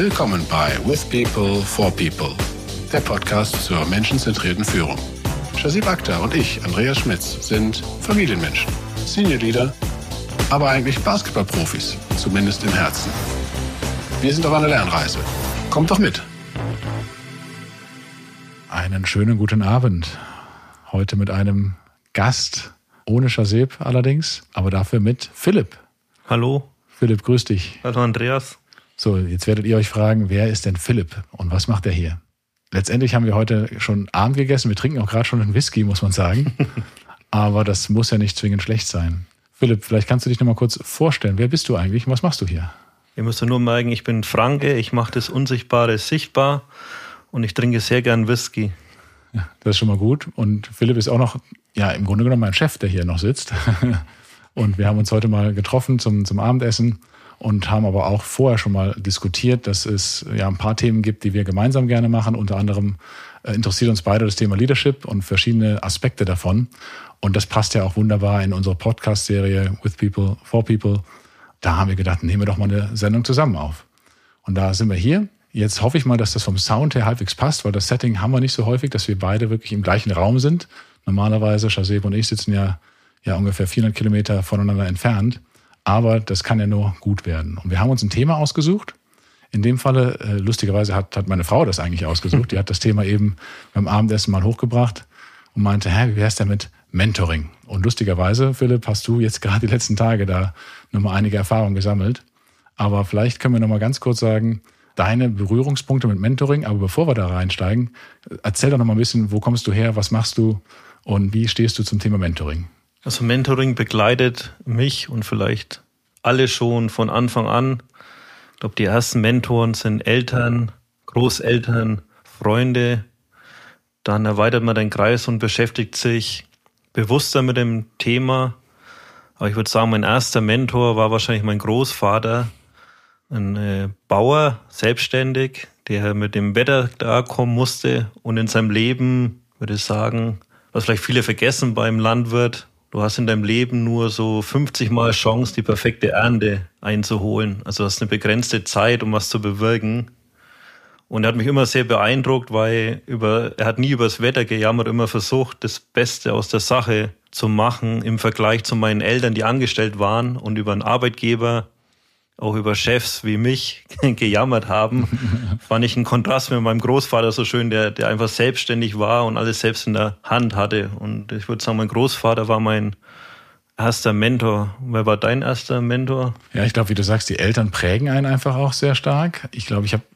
Willkommen bei With People for People, der Podcast zur menschenzentrierten Führung. Shazib Akhtar und ich, Andreas Schmitz, sind Familienmenschen, Senior Leader, aber eigentlich Basketballprofis, zumindest im Herzen. Wir sind auf einer Lernreise. Kommt doch mit! Einen schönen guten Abend. Heute mit einem Gast, ohne Shazib allerdings, aber dafür mit Philipp. Hallo. Philipp, grüß dich. Hallo Andreas. So, jetzt werdet ihr euch fragen, wer ist denn Philipp und was macht er hier? Letztendlich haben wir heute schon Abend gegessen. Wir trinken auch gerade schon einen Whisky, muss man sagen. Aber das muss ja nicht zwingend schlecht sein. Philipp, vielleicht kannst du dich noch mal kurz vorstellen. Wer bist du eigentlich und was machst du hier? Ihr müsst nur merken, ich bin Franke. Ich mache das Unsichtbare sichtbar und ich trinke sehr gern Whisky. Ja, das ist schon mal gut. Und Philipp ist auch noch, ja, im Grunde genommen mein Chef, der hier noch sitzt. Und wir haben uns heute mal getroffen zum Abendessen und haben aber auch vorher schon mal diskutiert, dass es ja ein paar Themen gibt, die wir gemeinsam gerne machen. Unter anderem interessiert uns beide das Thema Leadership und verschiedene Aspekte davon. Und das passt ja auch wunderbar in unsere Podcast-Serie With People for People. Da haben wir gedacht, nehmen wir doch mal eine Sendung zusammen auf. Und da sind wir hier. Jetzt hoffe ich mal, dass das vom Sound her halbwegs passt, weil das Setting haben wir nicht so häufig, dass wir beide wirklich im gleichen Raum sind. Normalerweise, Shazib und ich sitzen ja ungefähr 400 Kilometer voneinander entfernt. Aber das kann ja nur gut werden. Und wir haben uns ein Thema ausgesucht. In dem Falle, lustigerweise hat meine Frau das eigentlich ausgesucht. Die hat das Thema eben beim Abendessen mal hochgebracht und meinte, wie wär's denn mit Mentoring? Und lustigerweise, Philipp, hast du jetzt gerade die letzten Tage da nochmal einige Erfahrungen gesammelt. Aber vielleicht können wir nochmal ganz kurz sagen, deine Berührungspunkte mit Mentoring. Aber bevor wir da reinsteigen, erzähl doch nochmal ein bisschen, wo kommst du her, was machst du und wie stehst du zum Thema Mentoring? Also Mentoring begleitet mich und vielleicht alle schon von Anfang an. Ich glaube, die ersten Mentoren sind Eltern, Großeltern, Freunde. Dann erweitert man den Kreis und beschäftigt sich bewusster mit dem Thema. Aber ich würde sagen, mein erster Mentor war wahrscheinlich mein Großvater, ein Bauer, selbstständig, der mit dem Wetter klarkommen musste und in seinem Leben, würde ich sagen, was vielleicht viele vergessen beim Landwirt, du hast in deinem Leben nur so 50 Mal Chance, die perfekte Ernte einzuholen. Also du hast eine begrenzte Zeit, um was zu bewirken. Und er hat mich immer sehr beeindruckt, weil er hat nie über das Wetter gejammert, immer versucht, das Beste aus der Sache zu machen im Vergleich zu meinen Eltern, die angestellt waren und über einen Arbeitgeber, auch über Chefs wie mich gejammert haben. Fand ich einen Kontrast mit meinem Großvater so schön, der einfach selbstständig war und alles selbst in der Hand hatte. Und ich würde sagen, mein Großvater war mein erster Mentor. Wer war dein erster Mentor? Ja, ich glaube, wie du sagst, die Eltern prägen einen einfach auch sehr stark. Ich glaube, ich habe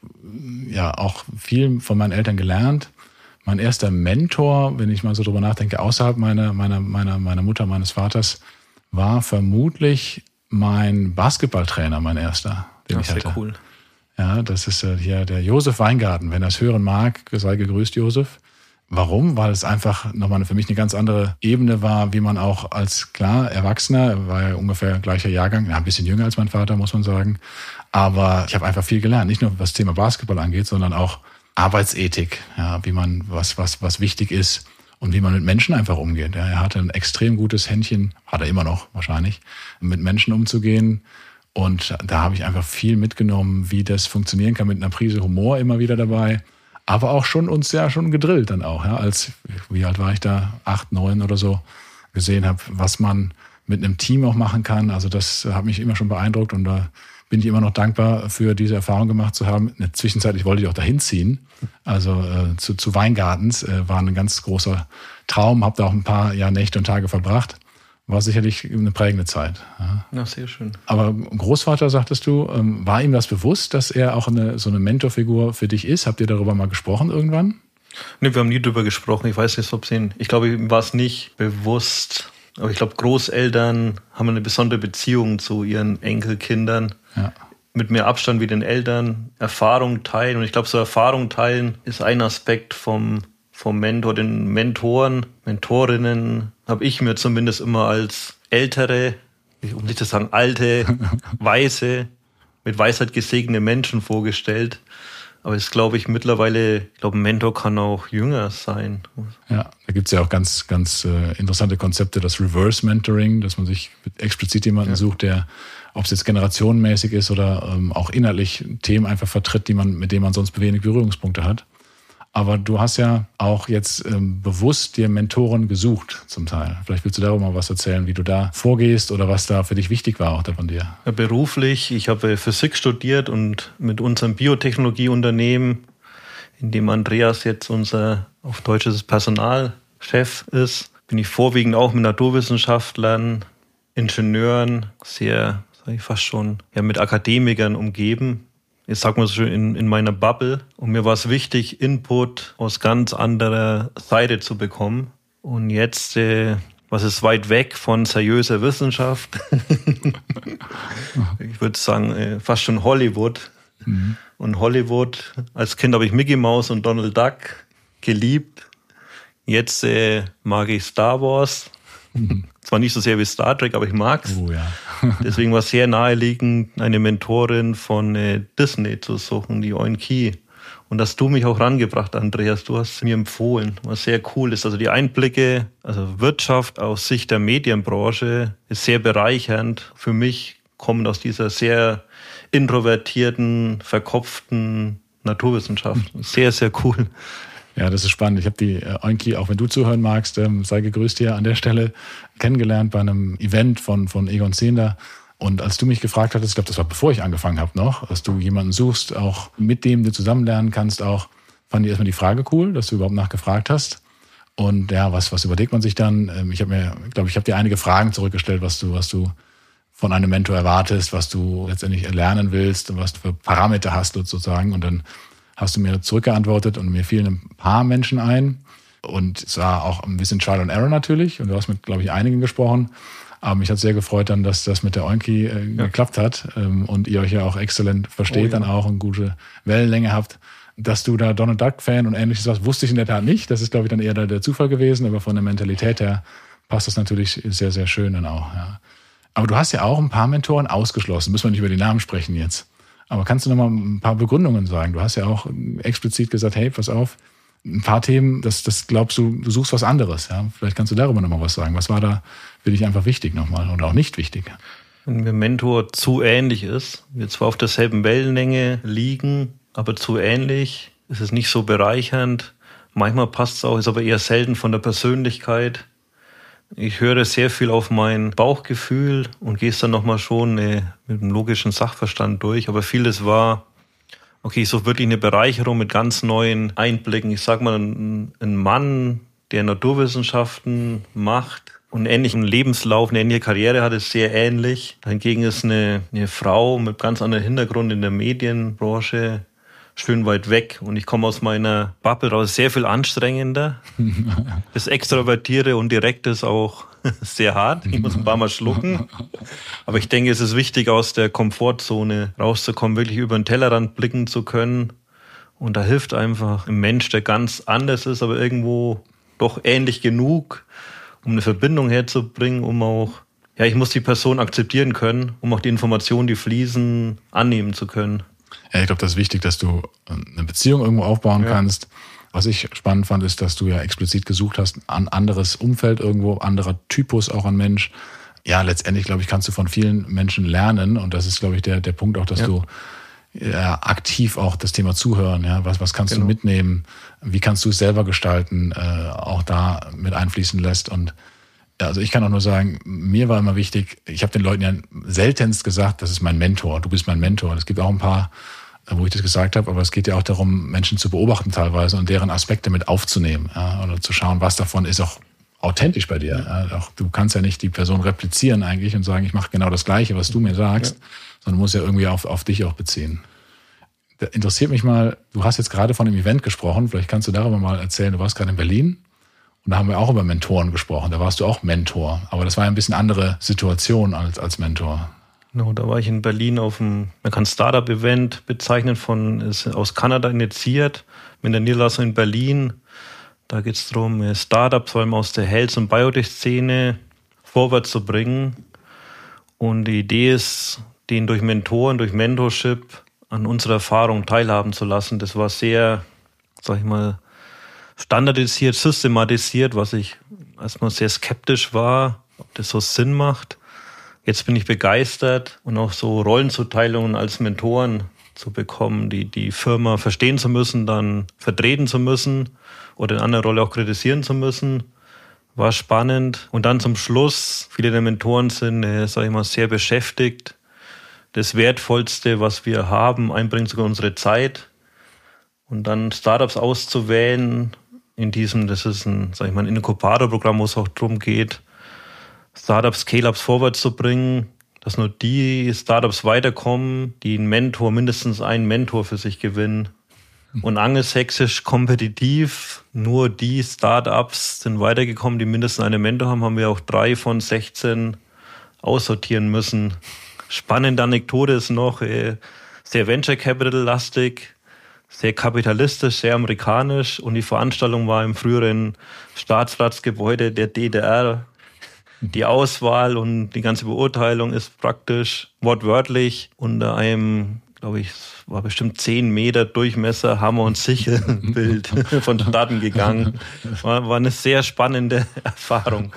ja auch viel von meinen Eltern gelernt. Mein erster Mentor, wenn ich mal so drüber nachdenke, außerhalb meiner Mutter, meines Vaters, war vermutlich mein Basketballtrainer, mein erster, den ich hatte. Sehr cool. Ja, das ist hier der Josef Weingarten. Wenn er es hören mag, sei gegrüßt, Josef. Warum? Weil es einfach nochmal für mich eine ganz andere Ebene war, wie man auch als, klar, Erwachsener, er war ja ungefähr gleicher Jahrgang, ein bisschen jünger als mein Vater, muss man sagen. Aber ich habe einfach viel gelernt, nicht nur was das Thema Basketball angeht, sondern auch Arbeitsethik, ja, wie man, was wichtig ist. Und wie man mit Menschen einfach umgeht. Ja, er hatte ein extrem gutes Händchen, hat er immer noch wahrscheinlich, mit Menschen umzugehen. Und da habe ich einfach viel mitgenommen, wie das funktionieren kann, mit einer Prise Humor immer wieder dabei. Aber auch schon gedrillt dann auch. Ja, wie alt war ich da? 8, 9 oder so. Gesehen habe, was man mit einem Team auch machen kann. Also das hat mich immer schon beeindruckt. Und da bin ich immer noch dankbar für diese Erfahrung gemacht zu haben. In der Zwischenzeit, ich wollte die auch dahin ziehen. Also zu Weingartens war ein ganz großer Traum. Habe da auch ein paar Nächte und Tage verbracht. War sicherlich eine prägende Zeit. Ja, sehr schön. Aber Großvater, sagtest du, war ihm das bewusst, dass er auch so eine Mentorfigur für dich ist? Habt ihr darüber mal gesprochen irgendwann? Nee, wir haben nie darüber gesprochen. Ich weiß nicht, ich glaube, ihm war es nicht bewusst. Aber ich glaube, Großeltern haben eine besondere Beziehung zu ihren Enkelkindern. Ja. Mit mehr Abstand wie den Eltern, Erfahrung teilen. Und ich glaube, so Erfahrung teilen ist ein Aspekt vom Mentor. Den Mentorinnen habe ich mir zumindest immer als ältere, um nicht zu sagen alte, weise, mit Weisheit gesegnete Menschen vorgestellt. Aber es glaube ich mittlerweile, ein Mentor kann auch jünger sein. Ja, da gibt es ja auch ganz, ganz interessante Konzepte, das Reverse Mentoring, dass man sich explizit jemanden sucht, der, ob es jetzt generationenmäßig ist oder auch inhaltlich Themen einfach vertritt, mit denen man sonst wenig Berührungspunkte hat. Aber du hast ja auch jetzt bewusst dir Mentoren gesucht zum Teil. Vielleicht willst du darüber mal was erzählen, wie du da vorgehst oder was da für dich wichtig war auch da von dir. Ja, beruflich, ich habe Physik studiert und mit unserem Biotechnologieunternehmen, in dem Andreas jetzt unser auf Deutsch Personalchef ist, bin ich vorwiegend auch mit Naturwissenschaftlern, Ingenieuren, sehr, sage ich fast schon, ja, mit Akademikern umgeben. Ich sag mal so in meiner Bubble. Und mir war es wichtig, Input aus ganz anderer Seite zu bekommen. Und jetzt, was ist weit weg von seriöser Wissenschaft? Ich würde sagen, fast schon Hollywood. Mhm. Und Hollywood, als Kind habe ich Mickey Mouse und Donald Duck geliebt. Jetzt mag ich Star Wars. Mhm. Zwar nicht so sehr wie Star Trek, aber ich mag's. Oh, ja. Deswegen war es sehr naheliegend, eine Mentorin von Disney zu suchen, die Oinki. Und dass du mich auch rangebracht, Andreas, du hast mir empfohlen, was sehr cool ist. Also die Einblicke, also Wirtschaft aus Sicht der Medienbranche ist sehr bereichernd. Für mich kommen aus dieser sehr introvertierten, verkopften Naturwissenschaft. Sehr, sehr cool. Ja, das ist spannend. Ich habe die Oinki, auch wenn du zuhören magst, sei gegrüßt hier an der Stelle, kennengelernt bei einem Event von Egon Zehnder. Und als du mich gefragt hattest, ich glaube, das war bevor ich angefangen habe noch, dass du jemanden suchst, auch mit dem du zusammen lernen kannst, auch fand ich erstmal die Frage cool, dass du überhaupt nachgefragt hast. Und ja, was überlegt man sich dann? Ich habe dir einige Fragen zurückgestellt, was du von einem Mentor erwartest, was du letztendlich lernen willst und was du für Parameter hast sozusagen. Und dann hast du mir zurückgeantwortet und mir fielen ein paar Menschen ein. Und es war auch ein bisschen Trial and Error natürlich. Und du hast mit, glaube ich, einigen gesprochen. Aber mich hat sehr gefreut dann, dass das mit der Oinki geklappt hat. Und ihr euch ja auch exzellent versteht, dann auch eine gute Wellenlänge habt. Dass du da Donald Duck-Fan und Ähnliches warst, wusste ich in der Tat nicht. Das ist, glaube ich, dann eher der Zufall gewesen. Aber von der Mentalität her passt das natürlich sehr, sehr schön dann auch. Ja. Aber du hast ja auch ein paar Mentoren ausgeschlossen. Müssen wir nicht über die Namen sprechen jetzt. Aber kannst du noch mal ein paar Begründungen sagen? Du hast ja auch explizit gesagt, hey, pass auf, ein paar Themen, das glaubst du suchst was anderes. Ja? Vielleicht kannst du darüber noch mal was sagen. Was war da für dich einfach wichtig nochmal oder auch nicht wichtig? Wenn mir Mentor zu ähnlich ist, wir zwar auf derselben Wellenlänge liegen, aber zu ähnlich, ist es nicht so bereichernd. Manchmal passt es auch, ist aber eher selten von der Persönlichkeit. Ich höre sehr viel auf mein Bauchgefühl und gehe es dann nochmal schon mit einem logischen Sachverstand durch. Aber vieles war, okay, ich suche wirklich eine Bereicherung mit ganz neuen Einblicken. Ich sag mal, ein Mann, der Naturwissenschaften macht und einen ähnlichen Lebenslauf, eine ähnliche Karriere hat, ist sehr ähnlich. Hingegen ist eine Frau mit ganz anderem Hintergrund in der Medienbranche schön weit weg. Und ich komme aus meiner Bubble raus, sehr viel anstrengender. Das Extrovertierte und Direkte ist auch sehr hart. Ich muss ein paar Mal schlucken. Aber ich denke, es ist wichtig, aus der Komfortzone rauszukommen, wirklich über den Tellerrand blicken zu können. Und da hilft einfach ein Mensch, der ganz anders ist, aber irgendwo doch ähnlich genug, um eine Verbindung herzubringen, um auch, ja, ich muss die Person akzeptieren können, um auch die Informationen, die fließen, annehmen zu können. Ja, ich glaube, das ist wichtig, dass du eine Beziehung irgendwo aufbauen kannst. Was ich spannend fand, ist, dass du ja explizit gesucht hast, ein anderes Umfeld irgendwo, anderer Typus auch an Mensch. Ja, letztendlich, glaube ich, kannst du von vielen Menschen lernen. Und das ist, glaube ich, der Punkt auch, dass du aktiv auch das Thema zuhören. Ja, was kannst du mitnehmen? Wie kannst du es selber gestalten? Auch da mit einfließen lässt. Und also ich kann auch nur sagen, mir war immer wichtig, ich habe den Leuten ja seltenst gesagt, das ist mein Mentor, du bist mein Mentor. Es gibt auch ein paar, wo ich das gesagt habe, aber es geht ja auch darum, Menschen zu beobachten teilweise und deren Aspekte mit aufzunehmen, ja, oder zu schauen, was davon ist auch authentisch bei dir. Ja. Auch, du kannst ja nicht die Person replizieren eigentlich und sagen, ich mache genau das Gleiche, was du mir sagst, sondern musst ja irgendwie auf dich auch beziehen. Da interessiert mich mal, du hast jetzt gerade von einem Event gesprochen, vielleicht kannst du darüber mal erzählen, du warst gerade in Berlin. Und da haben wir auch über Mentoren gesprochen. Da warst du auch Mentor. Aber das war ja ein bisschen andere Situation als Mentor. Genau, da war ich in Berlin auf einem, man kann Startup-Event bezeichnen, ist aus Kanada initiiert, mit der Niederlassung in Berlin. Da geht es darum, Startups, vor allem aus der Health- und Biotech-Szene, vorwärts zu bringen. Und die Idee ist, den durch Mentoren, durch Mentorship an unserer Erfahrung teilhaben zu lassen. Das war sehr, sag ich mal, standardisiert, systematisiert, was ich erstmal sehr skeptisch war, ob das so Sinn macht. jetzt bin ich begeistert und auch so Rollenzuteilungen als Mentoren zu bekommen, die Firma verstehen zu müssen, dann vertreten zu müssen oder in einer Rolle auch kritisieren zu müssen, war spannend. Und dann zum Schluss, viele der Mentoren sind, sage ich mal, sehr beschäftigt. Das Wertvollste, was wir haben, einbringt sogar unsere Zeit. Und dann Startups auszuwählen in diesem, das ist ein, sage ich mal, ein Inkubatorprogramm, wo es auch darum geht, Startups, Scale-Ups vorwärts zu bringen, dass nur die Startups weiterkommen, die einen Mentor, mindestens einen Mentor für sich gewinnen. Und angelsächsisch kompetitiv, nur die Startups sind weitergekommen, die mindestens einen Mentor haben wir auch 3 von 16 aussortieren müssen. Spannende Anekdote ist noch, sehr Venture Capital-lastig, sehr kapitalistisch, sehr amerikanisch. Und die Veranstaltung war im früheren Staatsratsgebäude der DDR. Die Auswahl und die ganze Beurteilung ist praktisch wortwörtlich unter einem, glaube ich, war bestimmt 10 Meter Durchmesser Hammer- und Sichelbild vonstatten gegangen. War eine sehr spannende Erfahrung.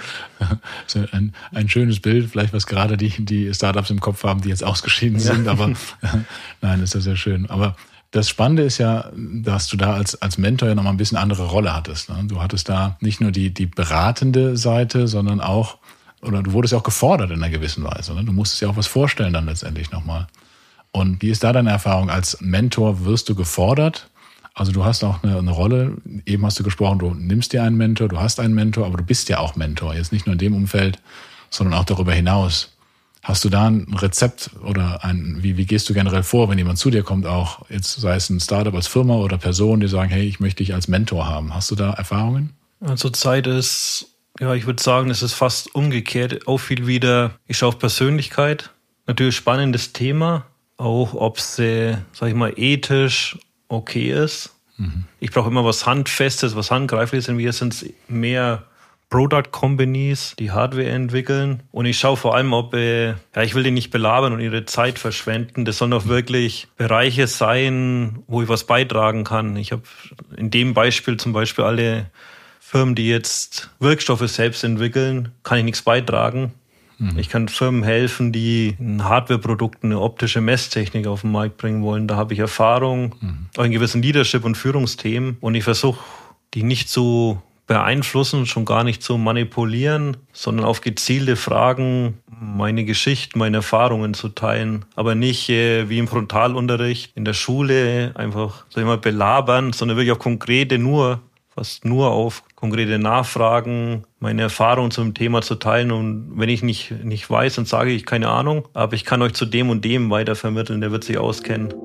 Ein schönes Bild, vielleicht was gerade die Startups im Kopf haben, die jetzt ausgeschieden sind, aber nein, ist ja sehr schön. Aber das Spannende ist ja, dass du da als Mentor ja nochmal ein bisschen andere Rolle hattest. Ne? Du hattest da nicht nur die beratende Seite, sondern auch, oder du wurdest ja auch gefordert in einer gewissen Weise. Ne? Du musstest ja auch was vorstellen dann letztendlich nochmal. Und wie ist da deine Erfahrung? Als Mentor wirst du gefordert? Also du hast auch eine Rolle. Eben hast du gesprochen, du nimmst dir einen Mentor, du hast einen Mentor, aber du bist ja auch Mentor. Jetzt nicht nur in dem Umfeld, sondern auch darüber hinaus. Hast du da ein Rezept oder wie gehst du generell vor, wenn jemand zu dir kommt, auch jetzt sei es ein Startup als Firma oder Personen, die sagen, hey, ich möchte dich als Mentor haben. Hast du da Erfahrungen? Zurzeit ist, ja, ich würde sagen, es ist fast umgekehrt. Auch viel wieder, ich schaue auf Persönlichkeit. Natürlich spannendes Thema, auch ob es, sag ich mal, ethisch okay ist. Mhm. Ich brauche immer was Handfestes, was Handgreifliches. Und wir sind mehr Product Companies, die Hardware entwickeln. Und ich schaue vor allem, ob, ich will die nicht belabern und ihre Zeit verschwenden. Das sollen auch wirklich Bereiche sein, wo ich was beitragen kann. Ich habe in dem Beispiel zum Beispiel alle Firmen, die jetzt Wirkstoffe selbst entwickeln, kann ich nichts beitragen. Mhm. Ich kann Firmen helfen, die in Hardwareprodukten eine optische Messtechnik auf den Markt bringen wollen. Da habe ich Erfahrung, auch in gewissen Leadership- und Führungsthemen. Und ich versuche, die nicht zu beeinflussen, schon gar nicht zu manipulieren, sondern auf gezielte Fragen meine Geschichten, meine Erfahrungen zu teilen. Aber nicht wie im Frontalunterricht in der Schule einfach, sag ich mal, belabern, sondern wirklich auf konkrete, fast nur auf konkrete Nachfragen, meine Erfahrungen zum Thema zu teilen. Und wenn ich nicht weiß, dann sage ich keine Ahnung, aber ich kann euch zu dem und dem weitervermitteln, der wird sich auskennen.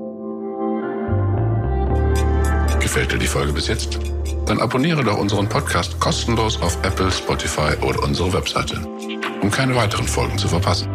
Gefällt dir die Folge bis jetzt? Dann abonniere doch unseren Podcast kostenlos auf Apple, Spotify oder unsere Webseite, um keine weiteren Folgen zu verpassen.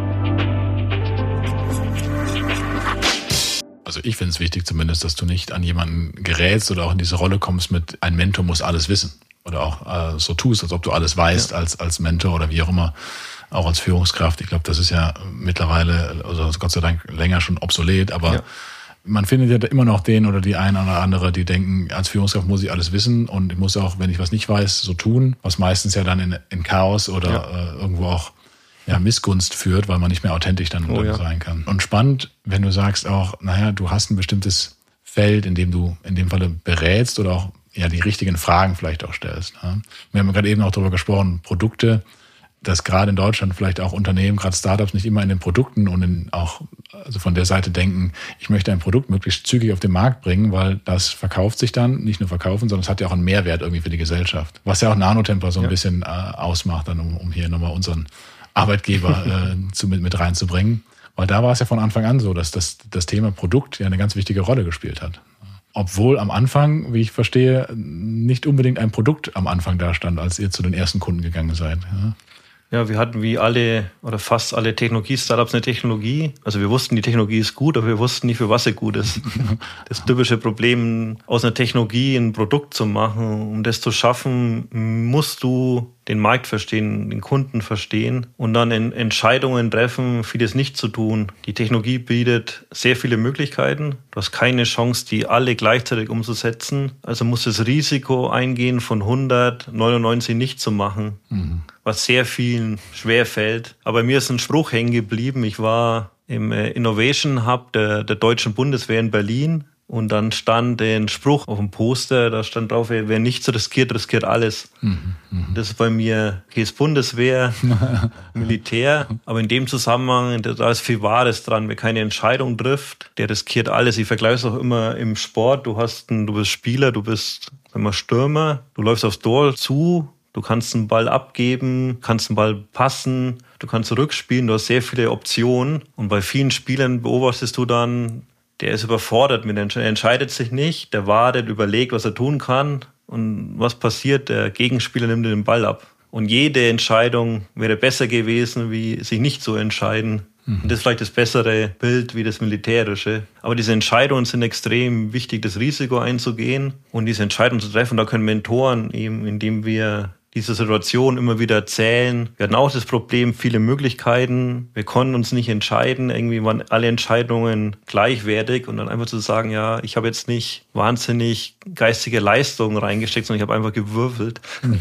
Also ich finde es wichtig zumindest, dass du nicht an jemanden gerätst oder auch in diese Rolle kommst mit, ein Mentor muss alles wissen. Oder auch so tust, als ob du alles weißt als Mentor oder wie auch immer, auch als Führungskraft. Ich glaube, das ist ja mittlerweile, also Gott sei Dank länger schon obsolet, aber man findet ja immer noch den oder die eine oder andere, die denken, als Führungskraft muss ich alles wissen und ich muss auch, wenn ich was nicht weiß, so tun, was meistens ja dann in Chaos oder irgendwo auch Missgunst führt, weil man nicht mehr authentisch dann sein kann. Und spannend, wenn du sagst auch, du hast ein bestimmtes Feld, in dem du in dem Falle berätst oder auch die richtigen Fragen vielleicht auch stellst. Ne? Wir haben gerade eben auch darüber gesprochen, Produkte, dass gerade in Deutschland vielleicht auch Unternehmen, gerade Startups, nicht immer in den Produkten und also von der Seite denken, ich möchte ein Produkt möglichst zügig auf den Markt bringen, weil das verkauft sich dann, nicht nur verkaufen, sondern es hat ja auch einen Mehrwert irgendwie für die Gesellschaft. Was ja auch Nanotempor so ein bisschen ausmacht, dann um hier nochmal unseren Arbeitgeber mit reinzubringen. Weil da war es ja von Anfang an so, dass das Thema Produkt ja eine ganz wichtige Rolle gespielt hat. Obwohl am Anfang, wie ich verstehe, nicht unbedingt ein Produkt am Anfang da stand, als ihr zu den ersten Kunden gegangen seid. Ja, wir hatten wie alle oder fast alle Technologie-Startups eine Technologie. Also wir wussten, die Technologie ist gut, aber wir wussten nicht, für was sie gut ist. Das typische Problem, aus einer Technologie ein Produkt zu machen, um das zu schaffen, musst du den Markt verstehen, den Kunden verstehen und dann Entscheidungen treffen, vieles nicht zu tun. Die Technologie bietet sehr viele Möglichkeiten. Du hast keine Chance, die alle gleichzeitig umzusetzen. Also musst du das Risiko eingehen, von 199 nicht zu machen. Mhm. was sehr vielen schwerfällt. Aber mir ist ein Spruch hängen geblieben. Ich war im Innovation Hub der Deutschen Bundeswehr in Berlin. Und dann stand ein Spruch auf dem Poster, da stand drauf, wer nichts riskiert, riskiert alles. Das ist bei mir, okay, ist Bundeswehr, Militär, aber in dem Zusammenhang, da ist viel Wahres dran. Wer keine Entscheidung trifft, der riskiert alles. Ich vergleiche es auch immer im Sport. Du bist Spieler, du bist Stürmer, du läufst aufs Tor zu, du kannst einen Ball abgeben, kannst einen Ball passen, du kannst zurückspielen, du hast sehr viele Optionen. Und bei vielen Spielern beobachtest du dann, der ist überfordert er entscheidet sich nicht, der wartet, überlegt, was er tun kann und was passiert, der Gegenspieler nimmt den Ball ab. Und jede Entscheidung wäre besser gewesen, wie sich nicht zu entscheiden. Und das ist vielleicht das bessere Bild wie das Militärische. Aber diese Entscheidungen sind extrem wichtig, das Risiko einzugehen und diese Entscheidungen zu treffen. Da können Mentoren eben, indem wir diese Situation immer wieder erzählen. Wir hatten auch das Problem, viele Möglichkeiten. Wir konnten uns nicht entscheiden. Irgendwie waren alle Entscheidungen gleichwertig. Und dann einfach zu sagen, ja, ich habe jetzt nicht wahnsinnig geistige Leistungen reingesteckt, sondern ich habe einfach gewürfelt.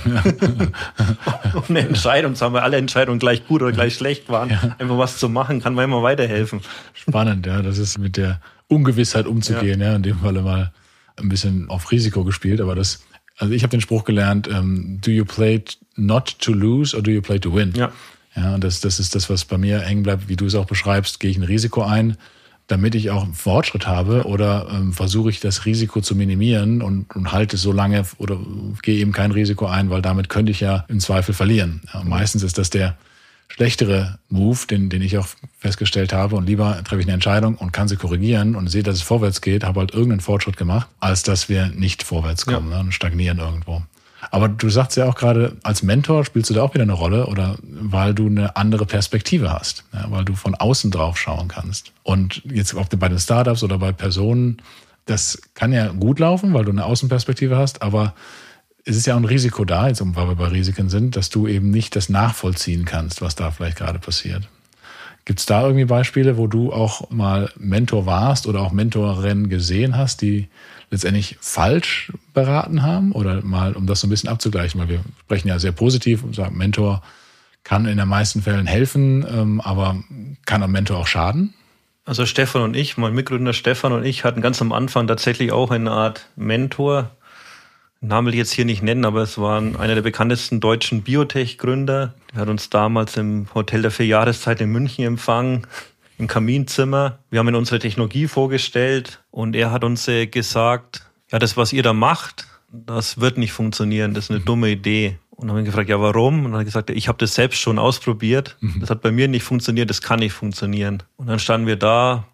Um eine Entscheidung zu haben, weil alle Entscheidungen gleich gut oder gleich schlecht waren. Ja. Einfach was zu machen, kann man immer weiterhelfen. Spannend, ja. Das ist mit der Ungewissheit umzugehen. Ja. In dem Falle mal ein bisschen auf Risiko gespielt. Aber also ich habe den Spruch gelernt, do you play not to lose or do you play to win? Ja. Ja, und das ist das, was bei mir hängen bleibt, wie du es auch beschreibst. Gehe ich ein Risiko ein, damit ich auch einen Fortschritt habe, oder versuche ich das Risiko zu minimieren und halte es so lange oder gehe eben kein Risiko ein, weil damit könnte ich ja im Zweifel verlieren. Ja, meistens ist das der schlechtere Move, den ich auch festgestellt habe, und lieber treffe ich eine Entscheidung und kann sie korrigieren und sehe, dass es vorwärts geht, habe halt irgendeinen Fortschritt gemacht, als dass wir nicht vorwärts kommen, ne, und stagnieren irgendwo. Aber du sagst ja auch gerade, als Mentor spielst du da auch wieder eine Rolle, oder weil du eine andere Perspektive hast, ja, weil du von außen drauf schauen kannst. Und jetzt ob bei den Startups oder bei Personen, das kann ja gut laufen, weil du eine Außenperspektive hast, aber es ist ja auch ein Risiko da, jetzt weil wir bei Risiken sind, dass du eben nicht das nachvollziehen kannst, was da vielleicht gerade passiert. Gibt es da irgendwie Beispiele, wo du auch mal Mentor warst oder auch Mentorinnen gesehen hast, die letztendlich falsch beraten haben? Oder mal, um das so ein bisschen abzugleichen, weil wir sprechen ja sehr positiv und sagen, Mentor kann in den meisten Fällen helfen, aber kann am Mentor auch schaden? Also Stefan und ich, mein Mitgründer Stefan und ich hatten ganz am Anfang tatsächlich auch eine Art Mentor. Namen will ich jetzt hier nicht nennen, aber es war einer der bekanntesten deutschen Biotech-Gründer. Der hat uns damals im Hotel der 4 Jahreszeit in München empfangen, im Kaminzimmer. Wir haben ihm unsere Technologie vorgestellt und er hat uns gesagt, ja, das, was ihr da macht, das wird nicht funktionieren, das ist eine dumme Idee. Und dann haben wir gefragt, ja, warum? Und dann hat er gesagt, ich habe das selbst schon ausprobiert, das hat bei mir nicht funktioniert, das kann nicht funktionieren. Und dann standen wir da,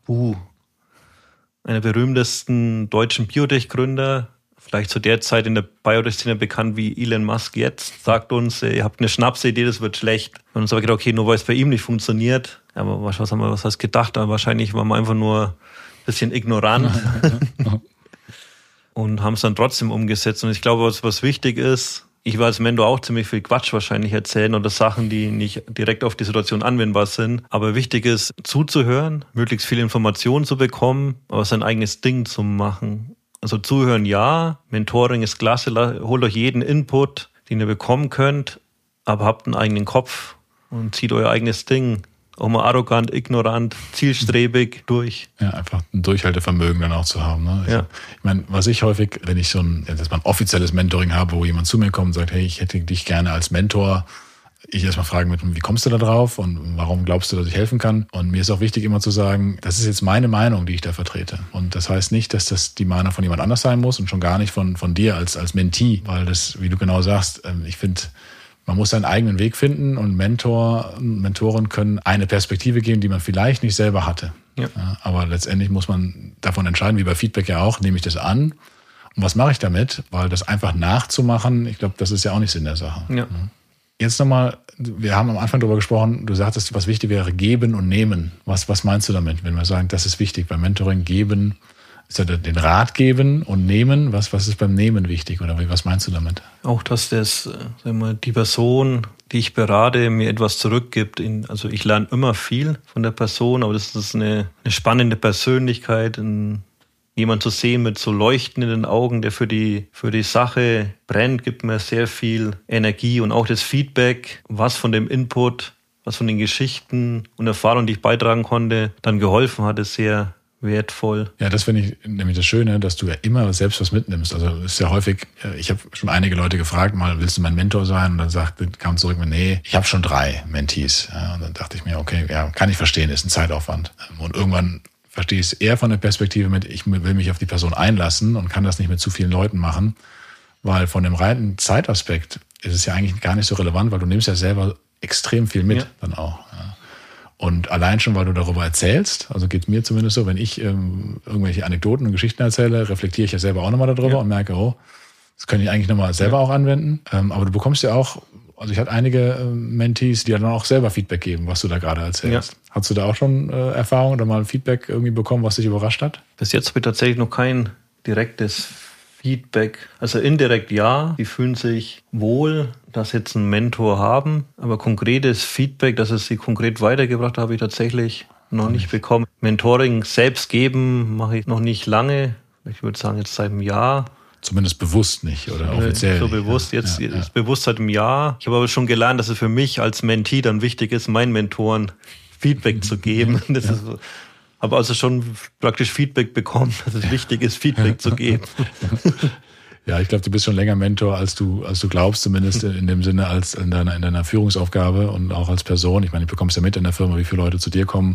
einer der berühmtesten deutschen Biotech-Gründer, vielleicht zu der Zeit in der Biotech-Szene bekannt wie Elon Musk jetzt, sagt uns, ihr habt eine Schnapsidee, das wird schlecht. Und uns haben wir gedacht, okay, nur weil es bei ihm nicht funktioniert. Aber was hast du gedacht? Aber wahrscheinlich waren wir einfach nur ein bisschen ignorant und haben es dann trotzdem umgesetzt. Und ich glaube, was wichtig ist, ich war als Mentor auch ziemlich viel Quatsch wahrscheinlich erzählen oder Sachen, die nicht direkt auf die Situation anwendbar sind. Aber wichtig ist, zuzuhören, möglichst viel Informationen zu bekommen, aber sein eigenes Ding zu machen. Also zuhören, ja, Mentoring ist klasse, holt euch jeden Input, den ihr bekommen könnt, aber habt einen eigenen Kopf und zieht euer eigenes Ding. Auch mal arrogant, ignorant, zielstrebig durch. Ja, einfach ein Durchhaltevermögen dann auch zu haben. Ne? Ja. Ich meine, was ich häufig, wenn ich dass man ein offizielles Mentoring habe, wo jemand zu mir kommt und sagt, hey, ich hätte dich gerne als Mentor, ich erstmal fragen mit, wie kommst du da drauf und warum glaubst du, dass ich helfen kann? Und mir ist auch wichtig, immer zu sagen, das ist jetzt meine Meinung, die ich da vertrete. Und das heißt nicht, dass das die Meinung von jemand anders sein muss und schon gar nicht von dir als Mentee, weil das, wie du genau sagst, ich finde, man muss seinen eigenen Weg finden und Mentoren können eine Perspektive geben, die man vielleicht nicht selber hatte. Ja. Ja, aber letztendlich muss man davon entscheiden, wie bei Feedback ja auch, nehme ich das an und was mache ich damit? Weil das einfach nachzumachen, ich glaube, das ist ja auch nicht Sinn der Sache. Ja. Jetzt nochmal, wir haben am Anfang darüber gesprochen, du sagtest, was wichtig wäre, geben und nehmen. Was meinst du damit, wenn wir sagen, das ist wichtig beim Mentoring, geben, ist ja den Rat geben und nehmen, was ist beim Nehmen wichtig oder was meinst du damit? Auch, dass die Person, die ich berate, mir etwas zurückgibt. Also ich lerne immer viel von der Person, aber das ist eine spannende Persönlichkeit, ein jemand zu sehen mit so leuchtenden Augen, der für die Sache brennt, gibt mir sehr viel Energie und auch das Feedback, was von dem Input, was von den Geschichten und Erfahrungen, die ich beitragen konnte, dann geholfen hat, ist sehr wertvoll. Ja, das finde ich nämlich das Schöne, dass du ja immer selbst was mitnimmst. Also ist ja häufig, ich habe schon einige Leute gefragt, mal, willst du mein Mentor sein? Und dann kam zurück, nee, ich habe schon 3 Mentees. Ja, und dann dachte ich mir, okay, ja, kann ich verstehen, ist ein Zeitaufwand. Und irgendwann verstehe ich es eher von der Perspektive mit, ich will mich auf die Person einlassen und kann das nicht mit zu vielen Leuten machen, weil von dem reinen Zeitaspekt ist es ja eigentlich gar nicht so relevant, weil du nimmst ja selber extrem viel mit dann auch. Ja. Und allein schon, weil du darüber erzählst, also geht mir zumindest so, wenn ich irgendwelche Anekdoten und Geschichten erzähle, reflektiere ich ja selber auch nochmal darüber und merke, oh, das könnte ich eigentlich nochmal selber auch anwenden. Aber du bekommst ja auch, also ich hatte einige Mentees, die dann auch selber Feedback geben, was du da gerade erzählst. Ja. Hast du da auch schon Erfahrung oder mal Feedback irgendwie bekommen, was dich überrascht hat? Bis jetzt habe ich tatsächlich noch kein direktes Feedback, also indirekt ja, die fühlen sich wohl, dass sie jetzt einen Mentor haben, aber konkretes Feedback, dass es sie konkret weitergebracht habe ich tatsächlich noch nicht bekommen. Mentoring selbst geben mache ich noch nicht lange, ich würde sagen jetzt seit einem Jahr. Zumindest bewusst nicht oder offiziell. So bewusst, jetzt ist bewusst seit einem Jahr. Ich habe aber schon gelernt, dass es für mich als Mentee dann wichtig ist, meinen Mentoren Feedback zu geben. Das ist so. Habe also schon praktisch Feedback bekommen, dass es wichtig ist, Feedback zu geben. Ja, ich glaube, du bist schon länger Mentor, als du glaubst, zumindest in dem Sinne als in deiner Führungsaufgabe und auch als Person. Ich meine, du bekommst ja mit in der Firma, wie viele Leute zu dir kommen,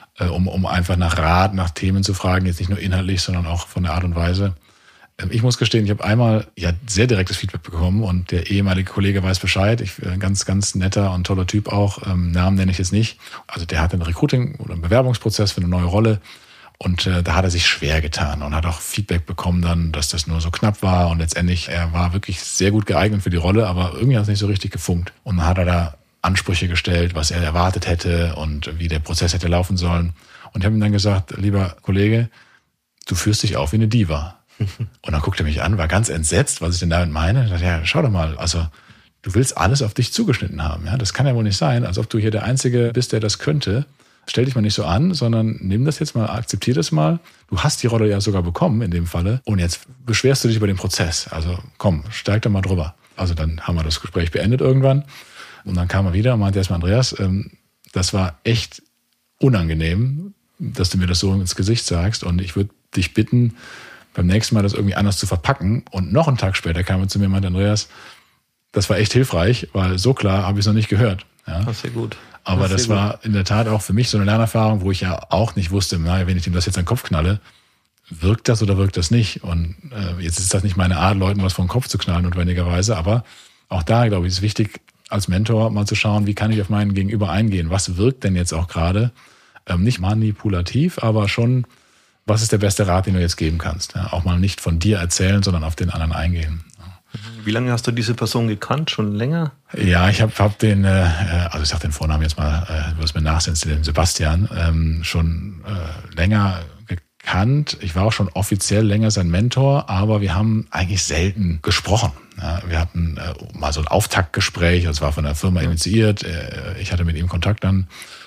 um einfach nach Rat, nach Themen zu fragen, jetzt nicht nur inhaltlich, sondern auch von der Art und Weise. Ich muss gestehen, ich habe einmal sehr direktes Feedback bekommen und der ehemalige Kollege weiß Bescheid. Ganz, ganz netter und toller Typ auch. Namen nenne ich jetzt nicht. Also der hatte einen Recruiting- oder einen Bewerbungsprozess für eine neue Rolle und da hat er sich schwer getan und hat auch Feedback bekommen dann, dass das nur so knapp war und letztendlich, er war wirklich sehr gut geeignet für die Rolle, aber irgendwie hat es nicht so richtig gefunkt. Und dann hat er da Ansprüche gestellt, was er erwartet hätte und wie der Prozess hätte laufen sollen. Und ich habe ihm dann gesagt, lieber Kollege, du führst dich auf wie eine Diva. Und dann guckte er mich an, war ganz entsetzt, was ich denn damit meine. Ich dachte, ja, schau doch mal, also du willst alles auf dich zugeschnitten haben. Ja? Das kann ja wohl nicht sein, als ob du hier der Einzige bist, der das könnte. Stell dich mal nicht so an, sondern nimm das jetzt mal, akzeptier das mal. Du hast die Rolle ja sogar bekommen in dem Falle und jetzt beschwerst du dich über den Prozess. Also komm, steig da mal drüber. Also dann haben wir das Gespräch beendet irgendwann und dann kam er wieder und meinte erstmal, Andreas, das war echt unangenehm, dass du mir das so ins Gesicht sagst und ich würde dich bitten, beim nächsten Mal das irgendwie anders zu verpacken. Und noch einen Tag später kam er zu mir und meinte, Andreas, das war echt hilfreich, weil so klar habe ich es noch nicht gehört. Ja? Das ist sehr gut. Aber das war in der Tat auch für mich so eine Lernerfahrung, wo ich ja auch nicht wusste, wenn ich ihm das jetzt an den Kopf knalle, wirkt das oder wirkt das nicht? Und jetzt ist das nicht meine Art, Leuten was vor den Kopf zu knallen notwendigerweise, aber auch da, glaube ich, ist wichtig, als Mentor mal zu schauen, wie kann ich auf meinen Gegenüber eingehen? Was wirkt denn jetzt auch gerade? Nicht manipulativ, aber schon, was ist der beste Rat, den du jetzt geben kannst? Ja, auch mal nicht von dir erzählen, sondern auf den anderen eingehen. Wie lange hast du diese Person gekannt? Schon länger? Ja, ich hab den, also ich sag den Vornamen jetzt mal, du wirst mir nachsehen, den Sebastian, schon länger gekannt. Ich war auch schon offiziell länger sein Mentor, aber wir haben eigentlich selten gesprochen. Ja, wir hatten mal so ein Auftaktgespräch, das war von der Firma initiiert. Ich hatte mit ihm Kontakt dann.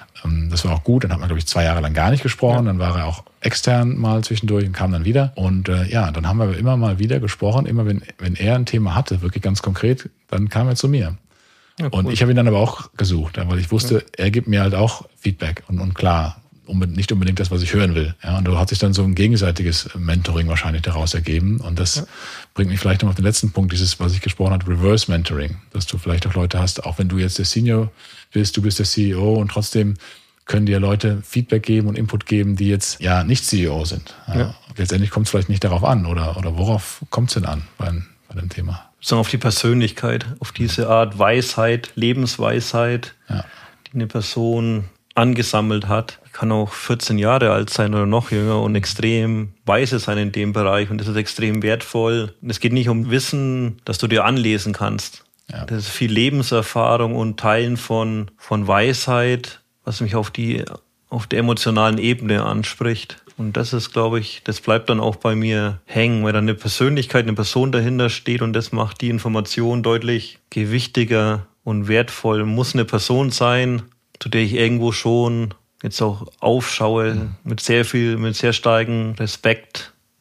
Das war auch gut. Dann hat man, glaube ich, 2 Jahre lang gar nicht gesprochen. Dann war er auch extern mal zwischendurch und kam dann wieder. Und dann haben wir immer mal wieder gesprochen. Immer wenn er ein Thema hatte, wirklich ganz konkret, dann kam er zu mir. Ja, cool. Und ich habe ihn dann aber auch gesucht, weil ich wusste, er gibt mir halt auch Feedback. Und klar, nicht unbedingt das, was ich hören will. Ja, und da hat sich dann so ein gegenseitiges Mentoring wahrscheinlich daraus ergeben. Und das bringt mich vielleicht noch auf den letzten Punkt, dieses, was ich gesprochen habe, Reverse Mentoring. Dass du vielleicht auch Leute hast, auch wenn du jetzt der Senior bist, du bist der CEO und trotzdem können dir Leute Feedback geben und Input geben, die jetzt ja nicht CEO sind. Ja. Letztendlich kommt es vielleicht nicht darauf an oder worauf kommt es denn an bei dem Thema? Sondern auf die Persönlichkeit, auf diese Art Weisheit, Lebensweisheit, die eine Person angesammelt hat. Kann auch 14 Jahre alt sein oder noch jünger und extrem weise sein in dem Bereich und das ist extrem wertvoll. Und es geht nicht um Wissen, das du dir anlesen kannst. Ja. Das ist viel Lebenserfahrung und Teilen von Weisheit, was mich auf der emotionalen Ebene anspricht. Und das ist, glaube ich, das bleibt dann auch bei mir hängen, weil dann eine Persönlichkeit, eine Person dahinter steht und das macht die Information deutlich gewichtiger und wertvoll. Muss eine Person sein, zu der ich irgendwo schon jetzt auch aufschaue, mit sehr starkem Respekt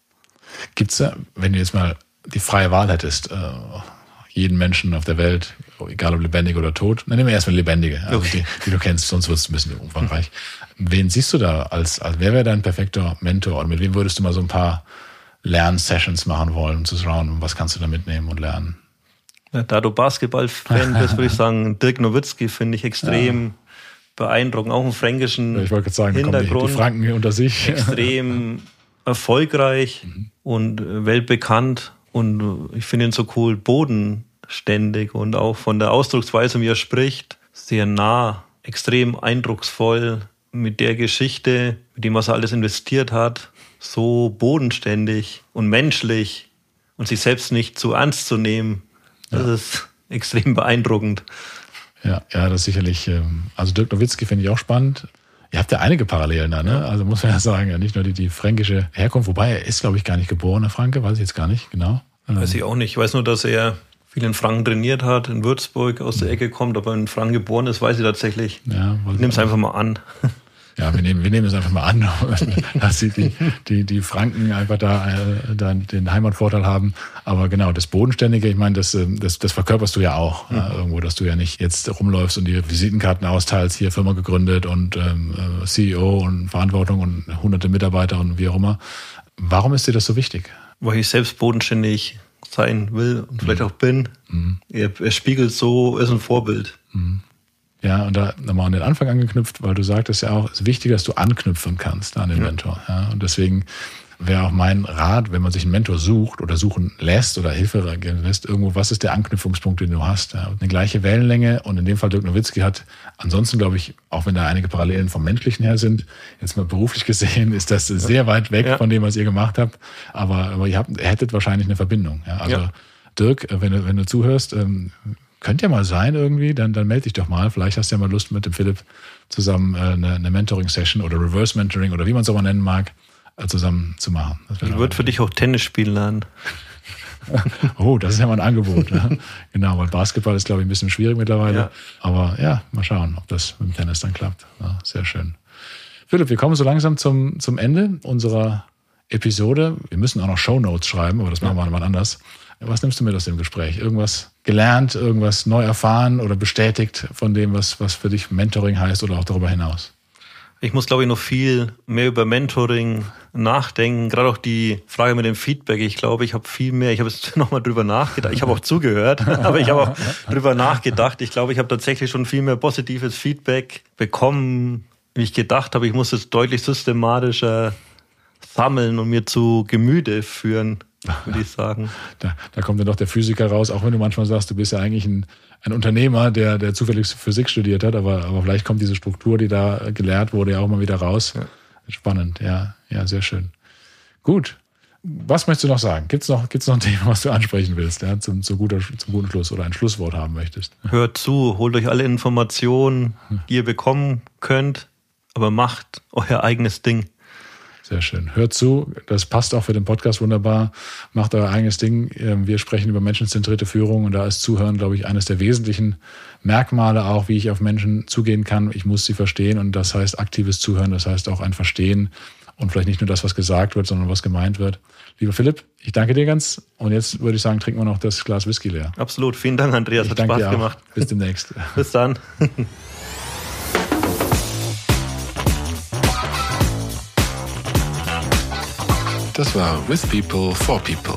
Gibt's da, wenn du jetzt mal die freie Wahl hättest, jeden Menschen auf der Welt, egal ob lebendig oder tot, dann nehmen wir erstmal Lebendige, also okay. die du kennst, sonst wird es ein bisschen umfangreich. Wen siehst du da als wer wäre dein perfekter Mentor und mit wem würdest du mal so ein paar Lernsessions machen wollen, um zu schauen, was kannst du da mitnehmen und lernen? Ja, da du Basketball-Fan bist, würde ich sagen, Dirk Nowitzki finde ich extrem beeindruckend, auch im fränkischen ich wollte gerade sagen, Hintergrund. Die Franken unter sich. Extrem erfolgreich und weltbekannt und ich finde ihn so cool, bodenständig und auch von der Ausdrucksweise, wie er spricht, sehr nah, extrem eindrucksvoll mit der Geschichte, mit dem, was er alles investiert hat, so bodenständig und menschlich und sich selbst nicht zu ernst zu nehmen. Das ist extrem beeindruckend. Ja, das ist sicherlich, also Dirk Nowitzki finde ich auch spannend. Ihr habt ja einige Parallelen da, ne? Also muss man ja sagen, ja, nicht nur die fränkische Herkunft, wobei er ist, glaube ich, gar nicht geborener Franke, weiß ich jetzt gar nicht, genau. Weiß ich auch nicht. Ich weiß nur, dass er viel in Franken trainiert hat, in Würzburg aus der Ecke kommt, aber in Franken geboren ist, weiß ich tatsächlich. Ja, ich nehme es einfach mal an. Ja, wir nehmen es einfach mal an, dass die Franken einfach da den Heimatvorteil haben. Aber genau, das Bodenständige, ich meine, das verkörperst du ja auch irgendwo, dass du ja nicht jetzt rumläufst und die Visitenkarten austeilst, hier Firma gegründet und CEO und Verantwortung und hunderte Mitarbeiter und wie auch immer. Warum ist dir das so wichtig? Weil ich selbst bodenständig sein will und vielleicht auch bin. Er spiegelt so, ist ein Vorbild. Ja, und da nochmal an den Anfang angeknüpft, weil du sagtest ja auch, es ist wichtig, dass du anknüpfen kannst an den Mentor. Ja, und deswegen wäre auch mein Rat, wenn man sich einen Mentor sucht oder suchen lässt oder Hilfe lässt, irgendwo, was ist der Anknüpfungspunkt, den du hast? Ja, und eine gleiche Wellenlänge und in dem Fall Dirk Nowitzki hat, ansonsten glaube ich, auch wenn da einige Parallelen vom Menschlichen her sind, jetzt mal beruflich gesehen, ist das sehr weit weg von dem, was ihr gemacht habt, aber ihr hättet wahrscheinlich eine Verbindung. Ja, also Dirk, wenn du zuhörst, könnte ja mal sein irgendwie, dann melde dich doch mal. Vielleicht hast du ja mal Lust, mit dem Philipp zusammen eine Mentoring-Session oder Reverse-Mentoring oder wie man es auch mal nennen mag, zusammen zu machen. Ich würde für dich auch Tennis spielen lernen. Oh, das ist ja mal ein Angebot. Ja. Genau, weil Basketball ist, glaube ich, ein bisschen schwierig mittlerweile. Ja. Aber ja, mal schauen, ob das mit dem Tennis dann klappt. Ja, sehr schön. Philipp, wir kommen so langsam zum Ende unserer Episode. Wir müssen auch noch Shownotes schreiben, aber das machen wir mal anders. Was nimmst du mit aus dem Gespräch? Irgendwas gelernt, irgendwas neu erfahren oder bestätigt von dem, was für dich Mentoring heißt oder auch darüber hinaus? Ich muss, glaube ich, noch viel mehr über Mentoring nachdenken. Gerade auch die Frage mit dem Feedback. Ich glaube, ich habe viel mehr. Ich habe jetzt nochmal drüber nachgedacht. Ich habe auch zugehört, aber ich habe auch drüber nachgedacht. Ich glaube, ich habe tatsächlich schon viel mehr positives Feedback bekommen, wie ich gedacht habe. Ich muss es deutlich systematischer sammeln und mir zu Gemüte führen, würde ich sagen. Da kommt dann doch der Physiker raus, auch wenn du manchmal sagst, du bist ja eigentlich ein Unternehmer, der zufällig Physik studiert hat, aber vielleicht kommt diese Struktur, die da gelehrt wurde, ja auch mal wieder raus. Ja. Spannend, ja, sehr schön. Gut. Was möchtest du noch sagen? Gibt's noch ein Thema, was du ansprechen willst, ja, zum guten Schluss oder ein Schlusswort haben möchtest? Hört zu, holt euch alle Informationen, die ihr bekommen könnt, aber macht euer eigenes Ding. Sehr schön. Hört zu, das passt auch für den Podcast wunderbar. Macht euer eigenes Ding. Wir sprechen über menschenzentrierte Führung und da ist Zuhören, glaube ich, eines der wesentlichen Merkmale auch, wie ich auf Menschen zugehen kann. Ich muss sie verstehen und das heißt aktives Zuhören, das heißt auch ein Verstehen und vielleicht nicht nur das, was gesagt wird, sondern was gemeint wird. Lieber Philipp, ich danke dir ganz und jetzt würde ich sagen, trinken wir noch das Glas Whisky leer. Absolut. Vielen Dank, Andreas. Hat Spaß gemacht. Bis demnächst. Bis dann. Das war With People for People.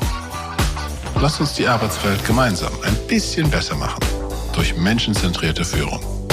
Lasst uns die Arbeitswelt gemeinsam ein bisschen besser machen durch menschenzentrierte Führung.